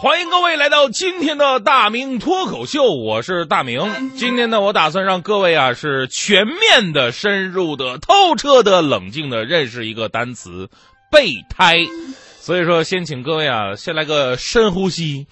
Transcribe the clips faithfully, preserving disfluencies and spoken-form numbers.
欢迎各位来到今天的大明脱口秀，我是大明。今天呢，我打算让各位啊是全面的、深入的、透彻的、冷静的认识一个单词——备胎。所以说，先请各位啊，先来个深呼吸。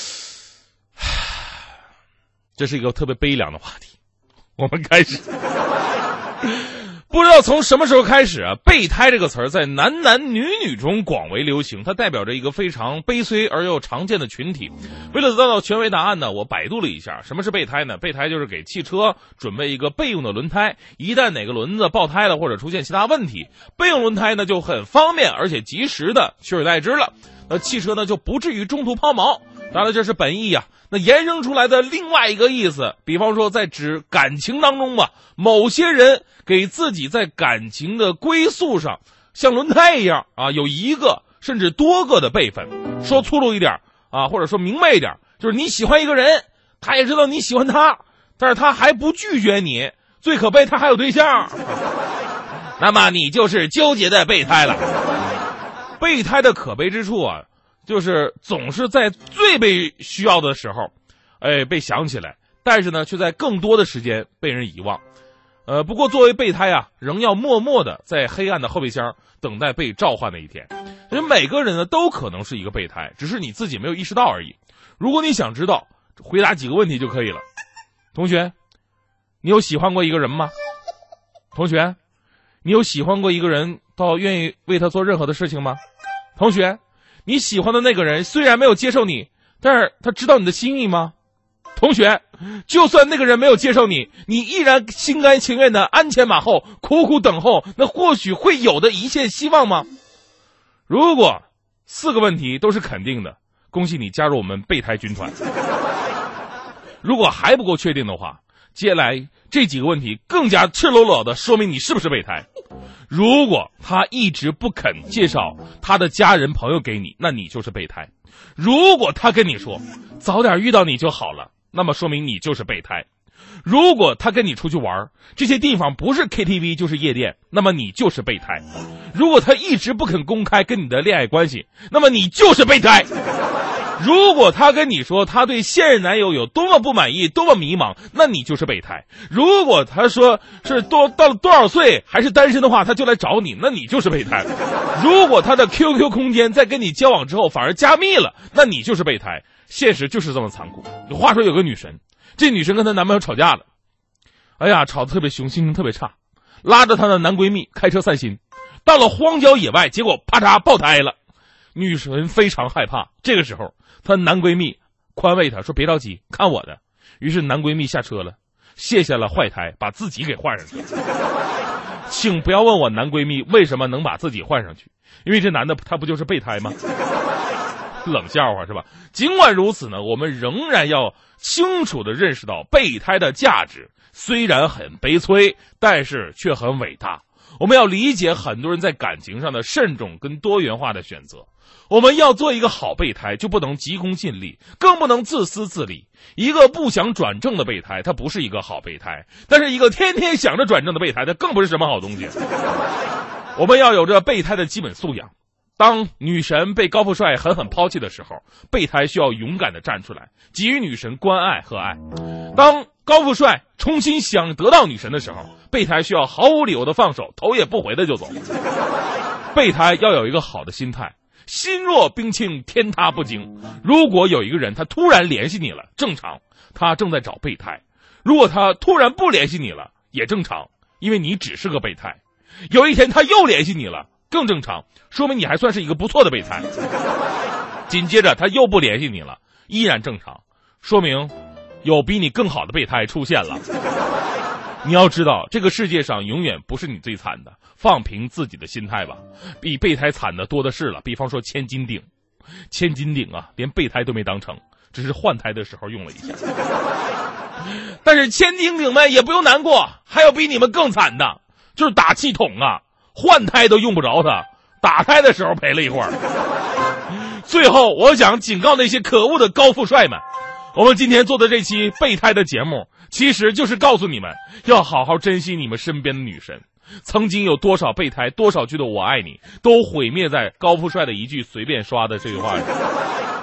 这是一个特别悲凉的话题，我们开始。不知道从什么时候开始啊，备胎这个词儿在男男女女中广为流行，它代表着一个非常悲催而又常见的群体。为了得到权威答案呢，我百度了一下，什么是备胎呢？备胎就是给汽车准备一个备用的轮胎，一旦哪个轮子爆胎了或者出现其他问题，备用轮胎呢就很方便而且及时的取而代之了，那汽车呢就不至于中途抛锚。当然这是本意啊，那延伸出来的另外一个意思，比方说在指感情当中吧，某些人给自己在感情的归宿上像轮胎一样啊，有一个甚至多个的备份。说粗鲁一点啊，或者说明白一点，就是你喜欢一个人，他也知道你喜欢他，但是他还不拒绝你，最可悲他还有对象，那么你就是纠结的备胎了。备胎的可悲之处啊，就是总是在最被需要的时候，哎，被想起来，但是呢，却在更多的时间被人遗忘。呃，不过作为备胎啊，仍要默默的在黑暗的后备箱等待被召唤的一天。因为每个人呢都可能是一个备胎，只是你自己没有意识到而已。如果你想知道，回答几个问题就可以了。同学，你有喜欢过一个人吗？同学，你有喜欢过一个人到愿意为他做任何的事情吗？同学，你喜欢的那个人虽然没有接受你，但是他知道你的心意吗？同学，就算那个人没有接受你，你依然心甘情愿的鞍前马后苦苦等候那或许会有的一线希望吗？如果四个问题都是肯定的，恭喜你加入我们备胎军团。如果还不够确定的话，接下来这几个问题更加赤裸裸的说明你是不是备胎。如果他一直不肯介绍他的家人朋友给你，那你就是备胎。如果他跟你说早点遇到你就好了，那么说明你就是备胎。如果他跟你出去玩，这些地方不是 K T V 就是夜店，那么你就是备胎。如果他一直不肯公开跟你的恋爱关系，那么你就是备胎。如果他跟你说他对现任男友有多么不满意，多么迷茫，那你就是备胎。如果他说是多到了多少岁还是单身的话，他就来找你，那你就是备胎。如果他的 Q Q 空间在跟你交往之后反而加密了，那你就是备胎。现实就是这么残酷。话说有个女神，这女神跟她男朋友吵架了，哎呀，吵得特别凶，心情特别差，拉着她的男闺蜜开车散心，到了荒郊野外，结果啪嚓爆胎了。女神非常害怕，这个时候她男闺蜜宽慰她说别着急，看我的。于是男闺蜜下车了，卸下了坏胎，把自己给换上去了。请不要问我男闺蜜为什么能把自己换上去，因为这男的他不就是备胎吗？冷笑话是吧？尽管如此呢，我们仍然要清楚地认识到备胎的价值，虽然很悲催，但是却很伟大。我们要理解很多人在感情上的慎重跟多元化的选择。我们要做一个好备胎，就不能急功近利，更不能自私自利。一个不想转正的备胎，他不是一个好备胎；但是一个天天想着转正的备胎，他更不是什么好东西。我们要有着备胎的基本素养。当女神被高富帅狠狠抛弃的时候，备胎需要勇敢地站出来，给予女神关爱和爱。当高富帅重新想得到女神的时候，备胎需要毫无理由的放手，头也不回的就走。备胎要有一个好的心态，心若冰清天塌不惊。如果有一个人他突然联系你了，正常，他正在找备胎；如果他突然不联系你了，也正常，因为你只是个备胎。有一天他又联系你了，更正常，说明你还算是一个不错的备胎。紧接着他又不联系你了，依然正常，说明有比你更好的备胎出现了。你要知道，这个世界上永远不是你最惨的，放平自己的心态吧。比备胎惨的多的是了，比方说千斤顶，千斤顶啊，连备胎都没当成，只是换胎的时候用了一下。但是千斤顶们也不用难过，还有比你们更惨的，就是打气筒啊，换胎都用不着它，打胎的时候赔了一会儿。最后我想警告那些可恶的高富帅们，我们今天做的这期备胎的节目，其实就是告诉你们要好好珍惜你们身边的女神。曾经有多少备胎，多少句的我爱你，都毁灭在高富帅的一句随便刷的这句话上。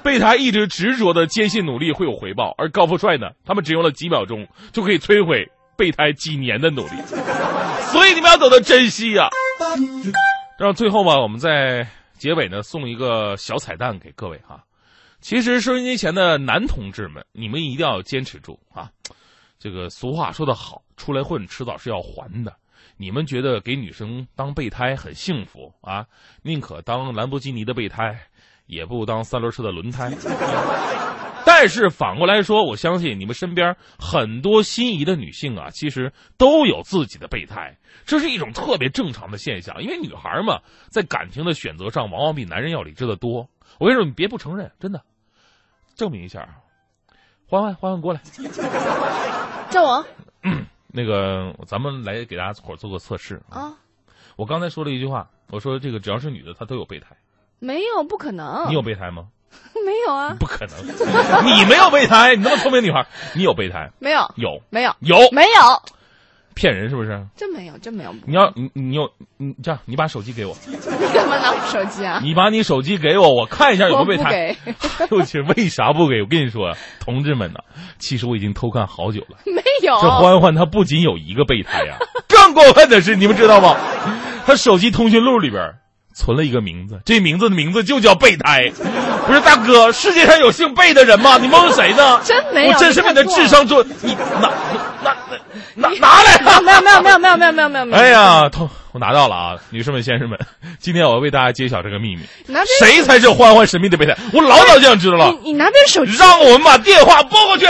备胎一直执着的坚信努力会有回报，而高富帅呢，他们只用了几秒钟就可以摧毁备胎几年的努力。所以你们要懂得珍惜呀、啊。让最后吧，我们在结尾呢送一个小彩蛋给各位哈。其实收音机前的男同志们，你们一定要坚持住啊！这个俗话说得好，出来混迟早是要还的。你们觉得给女生当备胎很幸福啊？宁可当兰博基尼的备胎，也不当三轮车的轮胎。但是反过来说，我相信你们身边很多心仪的女性啊，其实都有自己的备胎，这是一种特别正常的现象。因为女孩嘛，在感情的选择上，往往比男人要理智的多。我跟你说，你别不承认，真的。证明一下，欢欢欢欢过来， 叫我。 嗯，那个，咱们来给大家伙做个测试啊。我刚才说了一句话，我说这个只要是女的，她都有备胎。 没有，不可能。 你有备胎吗？ 没有啊， 不可能。你没有备胎，你那么聪明女孩，你有备胎？ 没有， 有， 没有， 有， 没有。 骗人是不是？ 真没有，真没有。 你要你你有你这样，你把手机给我。 你干嘛拿我手机啊？ 你把你手机给我，我看一下有没有备胎。 我不给。我去，为啥不给？我跟你说，同志们呢，其实我已经偷看好久了。 没有。 这欢欢他不仅有一个备胎呀、啊，更过分的是，你们知道吗？他手机通讯录里边存了一个名字，这名字的名字就叫备胎。不是大哥，世界上有姓贝的人吗？你蒙谁呢？ 真没有， 我真是把你的智商做你拿拿拿拿来！ 没有没有没有没有没有没有没有没有！ 哎呀，偷我拿到了啊！女士们、先生们，今天我要为大家揭晓这个秘密，谁才是欢欢神秘的备胎？我老早就想知道了。 你你拿边手机， 让我们把电话拨过去。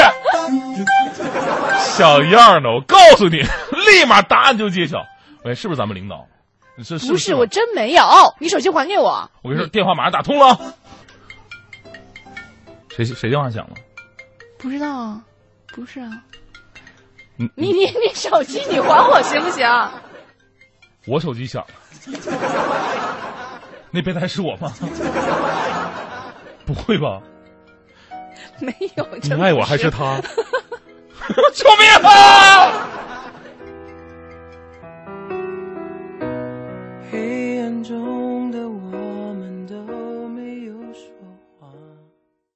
小样的，我告诉你，立马答案就揭晓。喂，是不是咱们领导？是是不是？我真没有，你手机还给我。 我跟你说，电话马上打通了。谁谁电话响了？ 不知道啊，不是啊。 你你你你手机你还我行不行？ 我手机响了。那备胎是我吗？不会吧？ 没有。 你爱我还是他？救命啊！